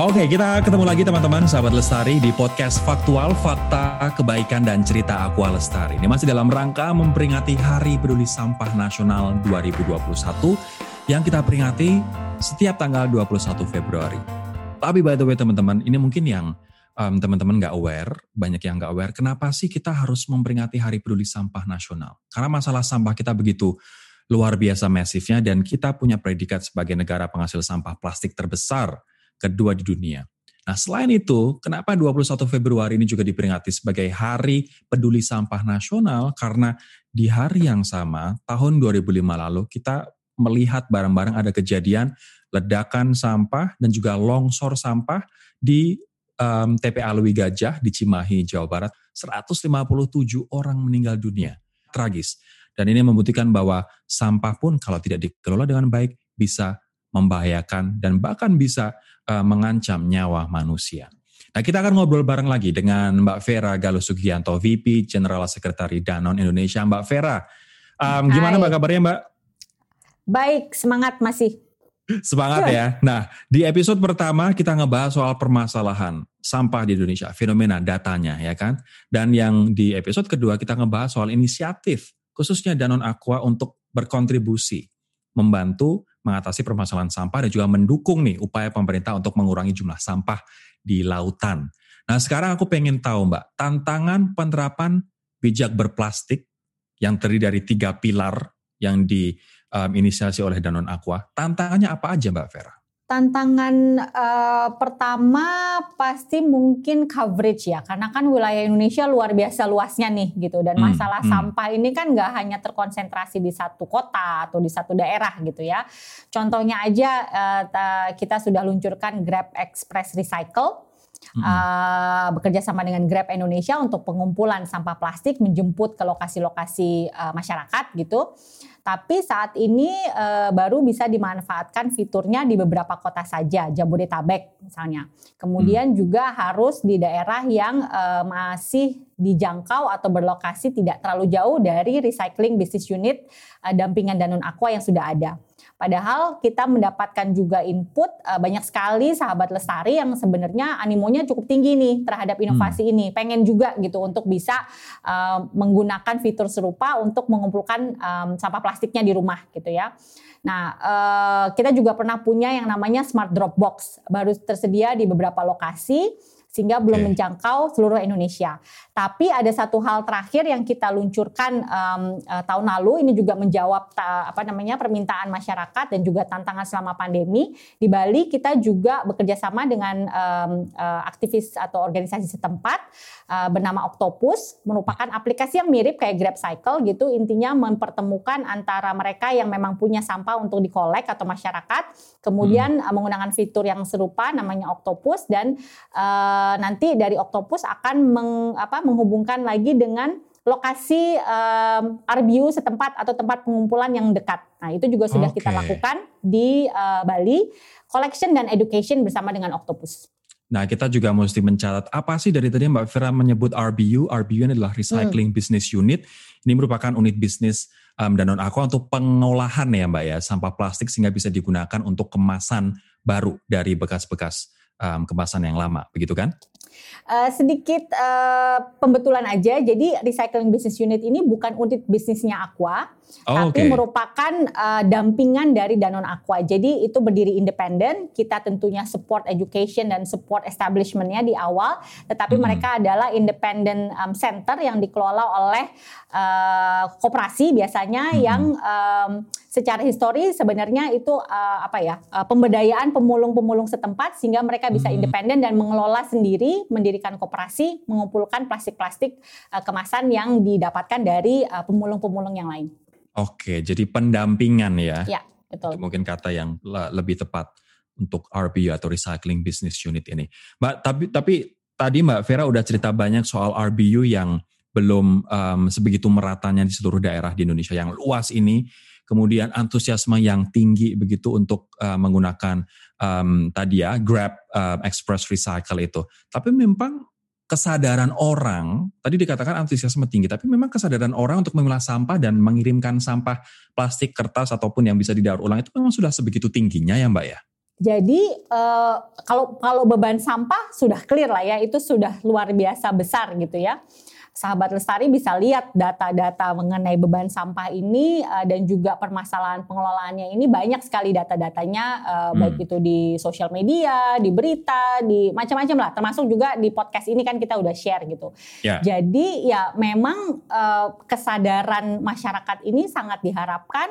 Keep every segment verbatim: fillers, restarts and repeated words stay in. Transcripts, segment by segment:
Oke, kita ketemu lagi teman-teman sahabat Lestari di podcast Faktual, Fakta, Kebaikan, dan Cerita Aqua Lestari. Ini masih dalam rangka memperingati Hari Peduli Sampah Nasional dua ribu dua puluh satu yang kita peringati setiap tanggal dua puluh satu Februari. Tapi by the way teman-teman, ini mungkin yang um, teman-teman gak aware, banyak yang gak aware, kenapa sih kita harus memperingati Hari Peduli Sampah Nasional? Karena masalah sampah kita begitu luar biasa masifnya dan kita punya predikat sebagai negara penghasil sampah plastik terbesar kedua di dunia. Nah selain itu, kenapa dua puluh satu Februari ini juga diperingati sebagai Hari Peduli Sampah Nasional? Karena di hari yang sama, tahun dua ribu lima lalu, kita melihat bareng-bareng ada kejadian ledakan sampah dan juga longsor sampah di um, T P A Alwi Gajah di Cimahi, Jawa Barat. seratus lima puluh tujuh orang meninggal dunia. Tragis. Dan ini membuktikan bahwa sampah pun kalau tidak dikelola dengan baik bisa membahayakan dan bahkan bisa uh, mengancam nyawa manusia. Nah kita akan ngobrol bareng lagi dengan Mbak Vera Galuh Sugianto, V P General Secretary Danone Indonesia. Mbak Vera, um, gimana Mbak kabarnya Mbak? Baik, semangat masih. Semangat ya. Nah di episode pertama kita ngebahas soal permasalahan sampah di Indonesia, fenomena datanya ya kan. Dan yang di episode kedua kita ngebahas soal inisiatif, khususnya Danone Aqua untuk berkontribusi, membantu mengatasi permasalahan sampah dan juga mendukung nih upaya pemerintah untuk mengurangi jumlah sampah di lautan. Nah sekarang aku pengen tahu Mbak, tantangan penerapan bijak berplastik yang terdiri dari tiga pilar yang diinisiasi um, oleh Danone Aqua, tantangannya apa aja Mbak Vera? Tantangan uh, pertama pasti mungkin coverage ya, karena kan wilayah Indonesia luar biasa luasnya nih gitu, dan hmm, masalah hmm. sampah ini kan gak hanya terkonsentrasi di satu kota atau di satu daerah gitu ya. Contohnya aja uh, kita sudah luncurkan Grab Express Recycle, hmm. uh, bekerja sama dengan Grab Indonesia untuk pengumpulan sampah plastik, menjemput ke lokasi-lokasi uh, masyarakat gitu. Tapi saat ini e, baru bisa dimanfaatkan fiturnya di beberapa kota saja, Jabodetabek misalnya. Kemudian hmm. juga harus di daerah yang e, masih dijangkau atau berlokasi tidak terlalu jauh dari recycling business unit e, dampingan Danone Aqua yang sudah ada. Padahal kita mendapatkan juga input uh, banyak sekali sahabat Lestari yang sebenarnya animonya cukup tinggi nih terhadap inovasi hmm. ini. Pengen juga gitu untuk bisa uh, menggunakan fitur serupa untuk mengumpulkan um, sampah plastiknya di rumah gitu ya. Nah uh, kita juga pernah punya yang namanya Smart Drop Box. Baru tersedia di beberapa lokasi sehingga belum okay. menjangkau seluruh Indonesia. Tapi ada satu hal terakhir yang kita luncurkan um, uh, tahun lalu, ini juga menjawab ta, apa namanya permintaan masyarakat dan juga tantangan selama pandemi. Di Bali kita juga bekerja sama dengan um, uh, aktivis atau organisasi setempat uh, bernama Octopus, merupakan aplikasi yang mirip kayak Grab Cycle gitu, intinya mempertemukan antara mereka yang memang punya sampah untuk dikolek atau masyarakat, kemudian hmm. uh, menggunakan fitur yang serupa namanya Octopus, dan uh, nanti dari Octopus akan meng, apa, menghubungkan lagi dengan lokasi um, R B U setempat atau tempat pengumpulan yang dekat. Nah itu juga sudah okay. kita lakukan di uh, Bali, collection dan education bersama dengan Octopus. Nah kita juga mesti mencatat apa sih dari tadi Mbak Vera menyebut R B U. R B U ini adalah Recycling hmm. Business Unit. Ini merupakan unit bisnis um, Danone Aqua untuk pengolahan ya Mbak ya, sampah plastik sehingga bisa digunakan untuk kemasan baru dari bekas-bekas um, kemasan yang lama, begitu kan? Uh, sedikit uh, pembetulan aja, jadi Recycling Business Unit ini bukan unit bisnisnya Aqua, oh, tapi okay. merupakan uh, dampingan dari Danone Aqua. Jadi itu berdiri independen, kita tentunya support education dan support establishment-nya di awal, tetapi mm-hmm. mereka adalah independent um, center yang dikelola oleh uh, koperasi biasanya mm-hmm. yang um, secara histori sebenarnya itu uh, apa ya uh, pemberdayaan pemulung-pemulung setempat sehingga mereka bisa mm-hmm. independen dan mengelola sendiri, mendirikan koperasi, mengumpulkan plastik-plastik uh, kemasan yang didapatkan dari uh, pemulung-pemulung yang lain. Oke, jadi pendampingan ya. Ya, betul. Itu mungkin kata yang lebih tepat untuk R B U atau Recycling Business Unit ini. Mbak, tapi tapi tadi Mbak Vera udah cerita banyak soal R B U yang belum um, sebegitu meratanya di seluruh daerah di Indonesia yang luas ini. Kemudian antusiasme yang tinggi begitu untuk uh, menggunakan um, tadi ya Grab uh, Express Recycle itu. Tapi memang kesadaran orang, tadi dikatakan antusiasme tinggi, tapi memang kesadaran orang untuk memilah sampah dan mengirimkan sampah plastik, kertas ataupun yang bisa didaur ulang itu memang sudah sebegitu tingginya ya Mbak ya? Jadi uh, kalau kalau beban sampah sudah clear lah ya, itu sudah luar biasa besar gitu ya. Sahabat Lestari bisa lihat data-data mengenai beban sampah ini uh, dan juga permasalahan pengelolaannya ini banyak sekali data-datanya uh, hmm. baik itu di sosial media, di berita, di macam-macam lah. Termasuk juga di podcast ini kan kita udah share gitu. Yeah. Jadi ya memang uh, kesadaran masyarakat ini sangat diharapkan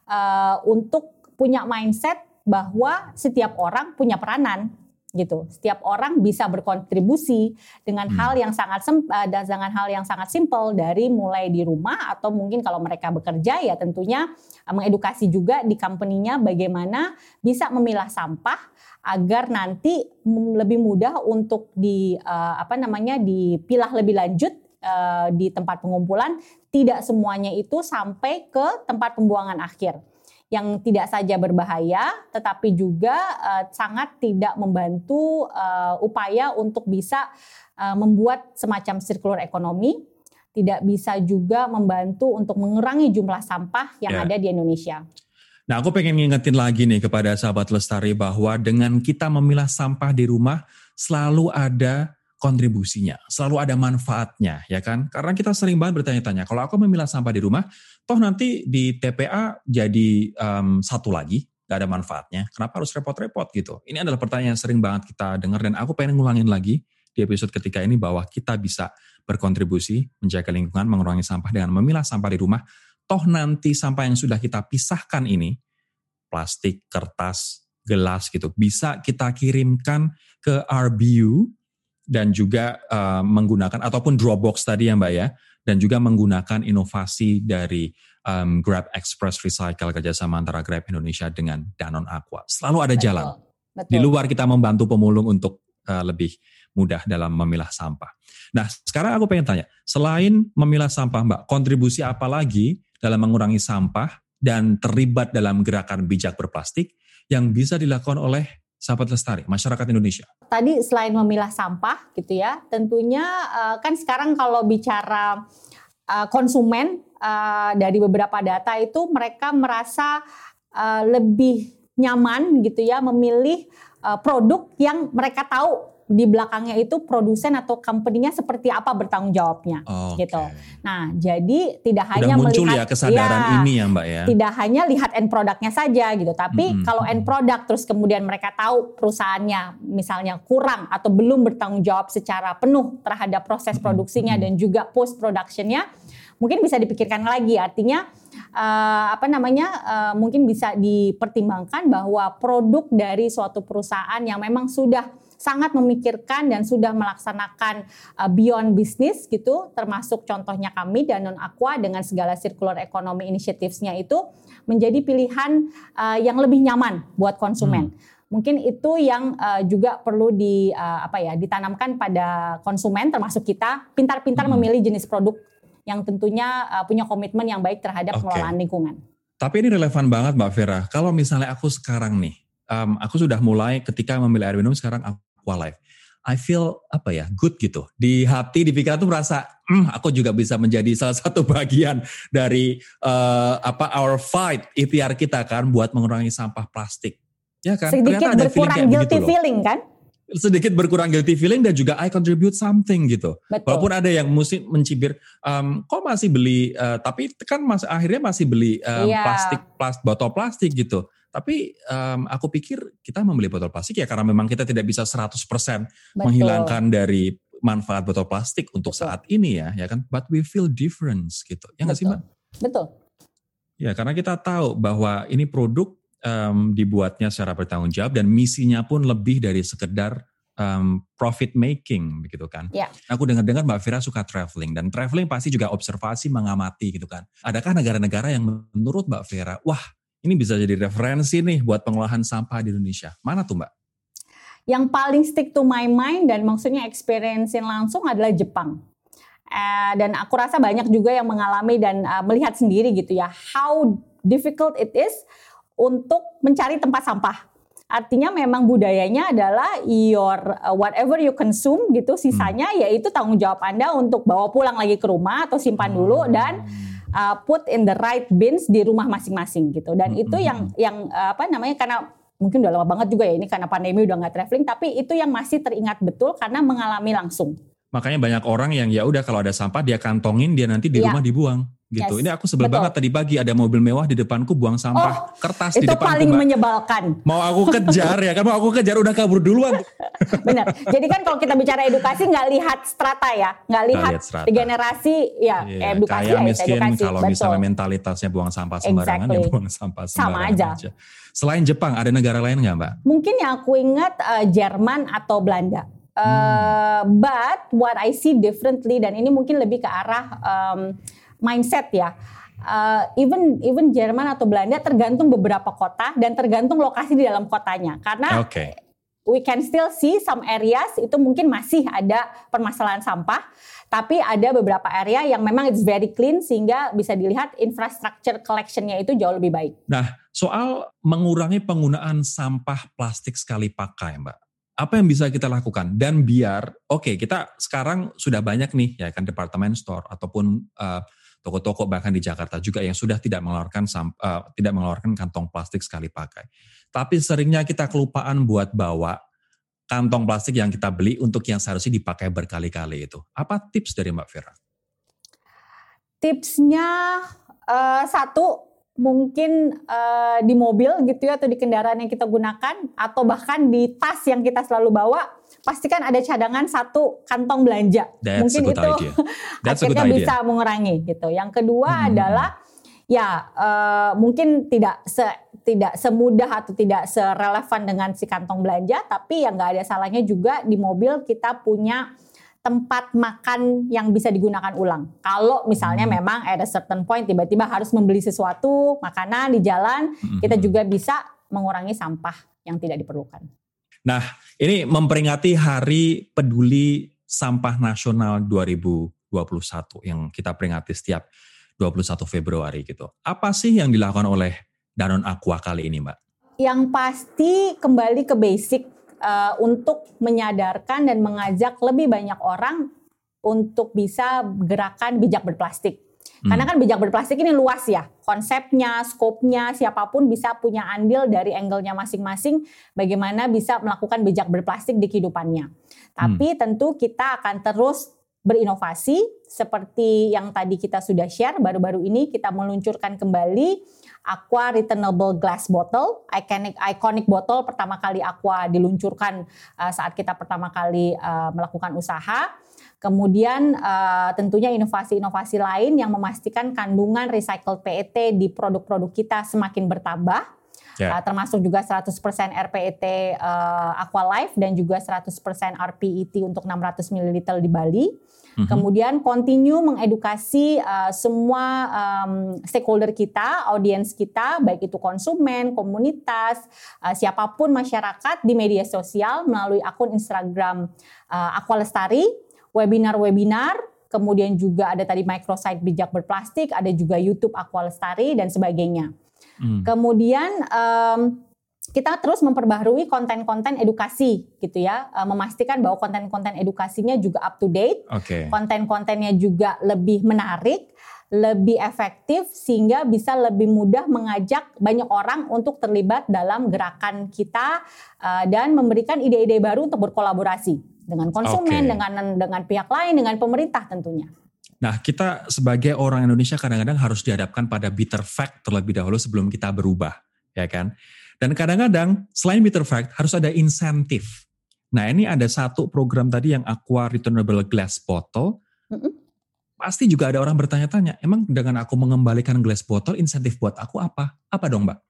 uh, untuk punya mindset bahwa setiap orang punya peranan. Gitu. Setiap orang bisa berkontribusi dengan hmm. hal yang sangat sem- dengan hal yang sangat simpel dari mulai di rumah atau mungkin kalau mereka bekerja ya tentunya mengedukasi juga di company-nya bagaimana bisa memilah sampah agar nanti lebih mudah untuk di uh, apa namanya dipilah lebih lanjut uh, di tempat pengumpulan, tidak semuanya itu sampai ke tempat pembuangan akhir. Yang tidak saja berbahaya, tetapi juga uh, sangat tidak membantu uh, upaya untuk bisa uh, membuat semacam circular economy, tidak bisa juga membantu untuk mengurangi jumlah sampah yang yeah. ada di Indonesia. Nah, aku pengen ngingetin lagi nih kepada sahabat Lestari bahwa dengan kita memilah sampah di rumah selalu ada kontribusinya, selalu ada manfaatnya, ya kan? Karena kita sering banget bertanya-tanya, kalau aku memilah sampah di rumah, toh nanti di T P A jadi um, satu lagi, gak ada manfaatnya. Kenapa harus repot-repot gitu? Ini adalah pertanyaan yang sering banget kita dengar dan aku pengen ngulangin lagi di episode ketika ini bahwa kita bisa berkontribusi, menjaga lingkungan, mengurangi sampah dengan memilah sampah di rumah. Toh nanti sampah yang sudah kita pisahkan ini, plastik, kertas, gelas gitu, bisa kita kirimkan ke R B U, dan juga uh, menggunakan ataupun Dropbox tadi ya Mbak ya, dan juga menggunakan inovasi dari um, Grab Express Recycle kerjasama antara Grab Indonesia dengan Danone Aqua. Selalu ada jalan. Betul. Betul. Di luar kita membantu pemulung untuk uh, lebih mudah dalam memilah sampah. Nah sekarang aku pengen tanya, selain memilah sampah Mbak, kontribusi apa lagi dalam mengurangi sampah dan terlibat dalam gerakan bijak berplastik yang bisa dilakukan oleh sahabat Lestari, masyarakat Indonesia? Tadi selain memilah sampah gitu ya, tentunya uh, kan sekarang kalau bicara uh, konsumen uh, dari beberapa data itu mereka merasa uh, lebih nyaman gitu ya memilih uh, produk yang mereka tahu di belakangnya itu produsen atau company-nya seperti apa bertanggung jawabnya, okay. gitu. Nah, jadi tidak Udah hanya muncul melihat ya kesadaran ya, ini ya Mbak ya. Tidak hanya lihat end produknya saja gitu, tapi mm-hmm. kalau end product terus kemudian mereka tahu perusahaannya misalnya kurang atau belum bertanggung jawab secara penuh terhadap proses produksinya mm-hmm. dan juga post productionnya, mungkin bisa dipikirkan lagi. Artinya uh, apa namanya uh, mungkin bisa dipertimbangkan bahwa produk dari suatu perusahaan yang memang sudah sangat memikirkan dan sudah melaksanakan uh, beyond business gitu, termasuk contohnya kami Danone Aqua dengan segala circular economy initiatives-nya itu menjadi pilihan uh, yang lebih nyaman buat konsumen. Hmm. Mungkin itu yang uh, juga perlu di uh, apa ya ditanamkan pada konsumen termasuk kita, pintar-pintar hmm. memilih jenis produk yang tentunya uh, punya komitmen yang baik terhadap okay. pengelolaan lingkungan. Tapi ini relevan banget Mbak Vera. Kalau misalnya aku sekarang nih, um, aku sudah mulai ketika memilih air minum sekarang aku Life. I feel apa ya good gitu di hati, di pikiran tuh merasa hmm, aku juga bisa menjadi salah satu bagian dari uh, apa our fight ikhtiar kita kan buat mengurangi sampah plastik ya kan. Sedikit ada berkurang guilty feeling kan, sedikit berkurang guilty feeling dan juga I contribute something gitu. Betul. Walaupun ada yang mesti mencibir um, kok masih beli uh, tapi kan mas, akhirnya masih beli um, yeah. plastik plastik botol plastik gitu. Tapi um, aku pikir kita membeli botol plastik ya karena memang kita tidak bisa seratus persen menghilangkan dari manfaat botol plastik untuk Betul. Saat ini ya, ya kan? But we feel difference gitu. Ya nggak sih Mbak? Betul. Ya karena kita tahu bahwa ini produk um, dibuatnya secara bertanggung jawab dan misinya pun lebih dari sekedar um, profit making begitu kan. Ya. Aku dengar-dengar Mbak Vera suka traveling dan traveling pasti juga observasi mengamati gitu kan. Adakah negara-negara yang menurut Mbak Vera, wah ini bisa jadi referensi nih buat pengolahan sampah di Indonesia. Mana tuh Mbak? Yang paling stick to my mind dan maksudnya experience-in langsung adalah Jepang. Uh, dan aku rasa banyak juga yang mengalami dan uh, melihat sendiri gitu ya. How difficult it is untuk mencari tempat sampah. Artinya memang budayanya adalah your uh, whatever you consume gitu, sisanya hmm. yaitu tanggung jawab Anda untuk bawa pulang lagi ke rumah atau simpan dulu hmm. dan Uh, put in the right bins di rumah masing-masing gitu dan mm-hmm. itu yang yang uh, apa namanya karena mungkin udah lama banget juga ya ini karena pandemi udah nggak traveling, tapi itu yang masih teringat betul karena mengalami langsung. Makanya banyak orang yang ya udah kalau ada sampah dia kantongin, dia nanti di Ya. rumah dibuang gitu. Yes, Ini aku sebel betul. banget tadi pagi ada mobil mewah di depanku buang sampah Oh, kertas di itu depanku. paling Mbak. menyebalkan. Mau aku kejar ya kan, mau aku kejar udah kabur duluan. Benar. Jadi kan kalau kita bicara edukasi nggak lihat strata ya, nggak lihat lihat strata. generasi ya Iya, edukasi kaya ya miskin edukasi. kalau Betul. misalnya mentalitasnya buang sampah sembarangan Exactly. ya buang sampah Sama sembarangan aja. aja. Selain Jepang ada negara lain nggak Mbak? Mungkin yang aku ingat uh, Jerman atau Belanda. Uh, but what I see differently dan ini mungkin lebih ke arah um, mindset ya. Uh, even even Jerman atau Belanda tergantung beberapa kota dan tergantung lokasi di dalam kotanya. Karena Oke. we can still see some areas itu mungkin masih ada permasalahan sampah, tapi ada beberapa area yang memang it's very clean sehingga bisa dilihat infrastructure collection-nya itu jauh lebih baik. Nah, soal mengurangi penggunaan sampah plastik sekali pakai, Mbak. Apa yang bisa kita lakukan? Dan biar, oke okay, kita sekarang sudah banyak nih ya kan department store ataupun uh, toko-toko bahkan di Jakarta juga yang sudah tidak mengeluarkan uh, tidak mengeluarkan kantong plastik sekali pakai. Tapi seringnya kita kelupaan buat bawa kantong plastik yang kita beli untuk yang seharusnya dipakai berkali-kali itu. Apa tips dari Mbak Vera? Tipsnya uh, satu mungkin uh, di mobil gitu ya atau di kendaraan yang kita gunakan atau bahkan di tas yang kita selalu bawa pastikan ada cadangan satu kantong belanja. That's mungkin itu akhirnya bisa mengurangi gitu. Yang kedua hmm. adalah ya uh, mungkin tidak se, tidak semudah atau tidak serelevan dengan si kantong belanja, tapi ya nggak ada salahnya juga di mobil kita punya tempat makan yang bisa digunakan ulang. Kalau misalnya hmm. memang at a certain point tiba-tiba harus membeli sesuatu, makanan di jalan, hmm. kita juga bisa mengurangi sampah yang tidak diperlukan. Nah, ini memperingati Hari Peduli Sampah Nasional dua ribu dua puluh satu yang kita peringati setiap dua puluh satu Februari gitu. Apa sih yang dilakukan oleh Danone Aqua kali ini, Mbak? Yang pasti kembali ke basic. Uh, untuk menyadarkan dan mengajak lebih banyak orang untuk bisa gerakan bijak berplastik. Hmm. Karena kan bijak berplastik ini luas ya, konsepnya, skopnya, siapapun bisa punya andil dari angle-nya masing-masing bagaimana bisa melakukan bijak berplastik di kehidupannya. Tapi hmm. tentu kita akan terus berinovasi seperti yang tadi kita sudah share, baru-baru ini kita meluncurkan kembali Aqua Returnable Glass Bottle, iconic iconic bottle pertama kali Aqua diluncurkan uh, saat kita pertama kali uh, melakukan usaha. Kemudian uh, tentunya inovasi-inovasi lain yang memastikan kandungan recycled P E T di produk-produk kita semakin bertambah. Yeah. Uh, termasuk juga seratus persen R P E T uh, Aqua Life dan juga seratus persen R P E T untuk enam ratus mililiter di Bali. Mm-hmm. Kemudian continue mengedukasi uh, semua um, stakeholder kita, audiens kita, baik itu konsumen, komunitas, uh, siapapun masyarakat di media sosial melalui akun Instagram uh, Aqua Lestari, webinar-webinar, kemudian juga ada tadi microsite bijak berplastik, ada juga YouTube Aqua Lestari dan sebagainya. Hmm. Kemudian um, kita terus memperbaharui konten-konten edukasi gitu ya, uh, memastikan bahwa konten-konten edukasinya juga up to date, okay. konten-kontennya juga lebih menarik, lebih efektif sehingga bisa lebih mudah mengajak banyak orang untuk terlibat dalam gerakan kita uh, dan memberikan ide-ide baru untuk berkolaborasi dengan konsumen, okay. dengan dengan pihak lain, dengan pemerintah tentunya. Nah, kita sebagai orang Indonesia kadang-kadang harus dihadapkan pada bitter fact terlebih dahulu sebelum kita berubah, ya kan? Dan kadang-kadang selain bitter fact harus ada insentif. Nah, ini ada satu program tadi yang Aqua Returnable Glass Bottle. Mm-hmm. Pasti juga ada orang bertanya-tanya, emang dengan aku mengembalikan glass bottle insentif buat aku apa? Apa dong, Mbak?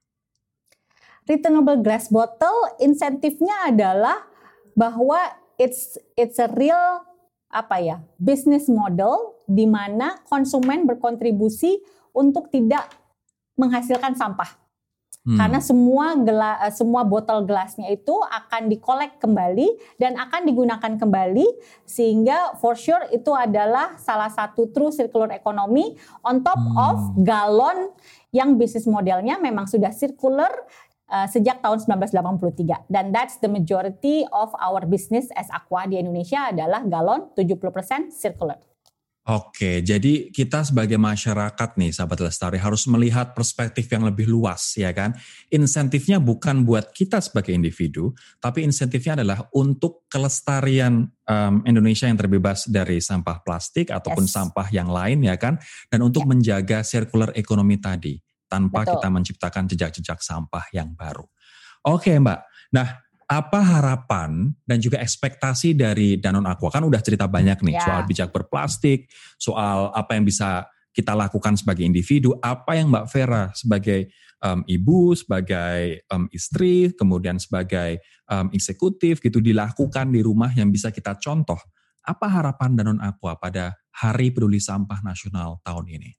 Returnable Glass Bottle insentifnya adalah bahwa it's it's a real apa ya business model di mana konsumen berkontribusi untuk tidak menghasilkan sampah. Hmm. Karena semua gela, semua botol gelasnya itu akan dikolek kembali dan akan digunakan kembali sehingga for sure itu adalah salah satu true circular economy on top hmm. of galon yang bisnis modelnya memang sudah circular uh, sejak tahun sembilan belas delapan puluh tiga dan that's the majority of our business as Aqua di Indonesia adalah galon tujuh puluh persen circular. Oke, jadi kita sebagai masyarakat nih, sahabat Lestari, harus melihat perspektif yang lebih luas, ya kan? Insentifnya bukan buat kita sebagai individu, tapi insentifnya adalah untuk kelestarian um, Indonesia yang terbebas dari sampah plastik ataupun Yes. sampah yang lain, ya kan? Dan untuk Ya. menjaga circular economy tadi, tanpa Betul. kita menciptakan jejak-jejak sampah yang baru. Oke, Mbak. Nah, apa harapan dan juga ekspektasi dari Danone Aqua? Kan udah cerita banyak nih Ya. soal bijak berplastik, soal apa yang bisa kita lakukan sebagai individu, apa yang Mbak Vera sebagai um, ibu, sebagai um, istri, kemudian sebagai um, eksekutif gitu dilakukan di rumah yang bisa kita contoh. Apa harapan Danone Aqua pada Hari Peduli Sampah Nasional tahun ini?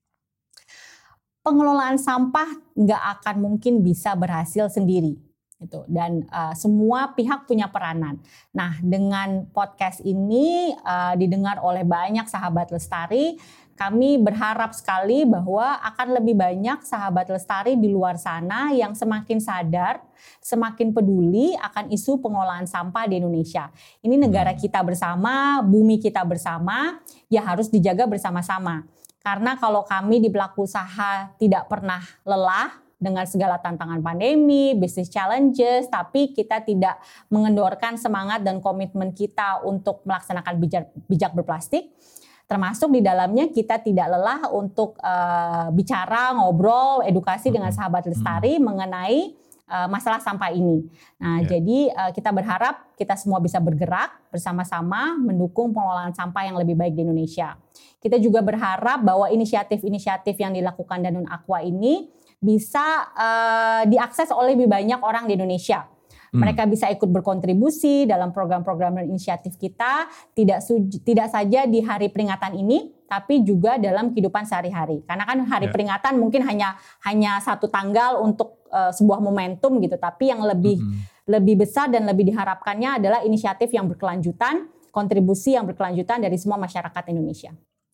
Pengelolaan sampah nggak akan mungkin bisa berhasil sendiri. Gitu. Dan uh, semua pihak punya peranan. Nah, dengan podcast ini uh, didengar oleh banyak sahabat Lestari, kami berharap sekali bahwa akan lebih banyak sahabat Lestari di luar sana yang semakin sadar, semakin peduli akan isu pengelolaan sampah di Indonesia. Ini negara kita bersama, bumi kita bersama, ya harus dijaga bersama-sama. Karena kalau kami di pelaku usaha tidak pernah lelah dengan segala tantangan pandemi, business challenges, tapi kita tidak mengendorkan semangat dan komitmen kita untuk melaksanakan bijak, bijak berplastik. Termasuk di dalamnya kita tidak lelah untuk uh, bicara, ngobrol, edukasi dengan sahabat Lestari hmm. mengenai uh, masalah sampah ini. Nah, yeah. jadi uh, kita berharap kita semua bisa bergerak bersama-sama mendukung pengelolaan sampah yang lebih baik di Indonesia. Kita juga berharap bahwa inisiatif-inisiatif yang dilakukan Danone Aqua ini bisa uh, diakses oleh lebih banyak orang di Indonesia. Hmm. Mereka bisa ikut berkontribusi dalam program-program dan inisiatif kita, tidak su- tidak saja di hari peringatan ini, tapi juga dalam kehidupan sehari-hari. Karena kan hari yeah. peringatan mungkin hanya hanya satu tanggal untuk uh, sebuah momentum gitu, tapi yang lebih hmm. lebih besar dan lebih diharapkannya adalah inisiatif yang berkelanjutan, kontribusi yang berkelanjutan dari semua masyarakat Indonesia.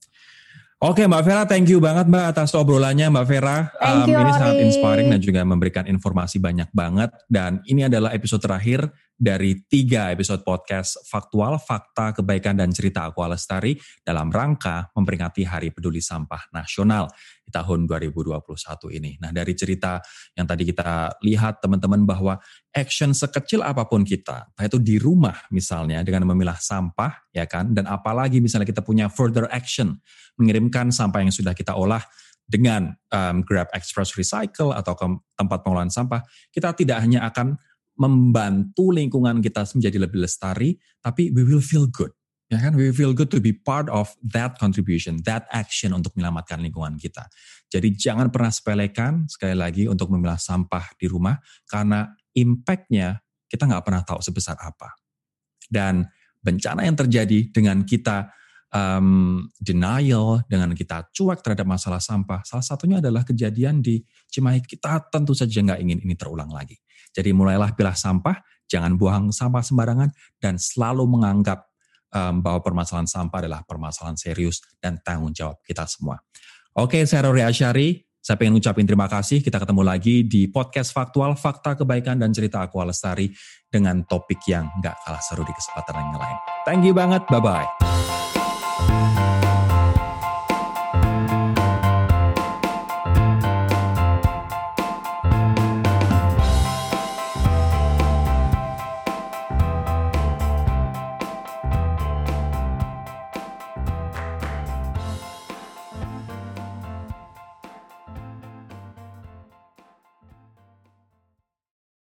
Oke Mbak Vera, thank you banget Mbak atas obrolannya Mbak Vera. Thank you, um, ini Rory. sangat inspiring dan juga memberikan informasi banyak banget. Dan ini adalah episode terakhir dari tiga episode podcast Faktual, Fakta, Kebaikan, dan Cerita Aqua Lestari dalam rangka memperingati Hari Peduli Sampah Nasional di tahun dua ribu dua puluh satu ini. Nah, dari cerita yang tadi kita lihat teman-teman bahwa action sekecil apapun kita, entah itu di rumah misalnya dengan memilah sampah, ya kan, dan apalagi misalnya kita punya further action, mengirimkan sampah yang sudah kita olah dengan um, Grab Express Recycle atau ke tempat pengolahan sampah, kita tidak hanya akan membantu lingkungan kita menjadi lebih lestari, tapi we will feel good. Ya kan, we feel good to be part of that contribution, that action untuk menyelamatkan lingkungan kita. Jadi jangan pernah sepelekan, sekali lagi, untuk memilah sampah di rumah, karena impact-nya kita nggak pernah tahu sebesar apa. Dan bencana yang terjadi dengan kita um, denial, dengan kita cuek terhadap masalah sampah, salah satunya adalah kejadian di Cimahi. Kita tentu saja nggak ingin ini terulang lagi. Jadi mulailah pilah sampah, jangan buang sampah sembarangan, dan selalu menganggap um, bahwa permasalahan sampah adalah permasalahan serius dan tanggung jawab kita semua. Oke, saya Rory Asyari. Saya pengen ucapin terima kasih. Kita ketemu lagi di podcast Faktual, Fakta, Kebaikan, dan Cerita Aqua Lestari dengan topik yang gak kalah seru di kesempatan yang lain. Thank you banget. Bye-bye.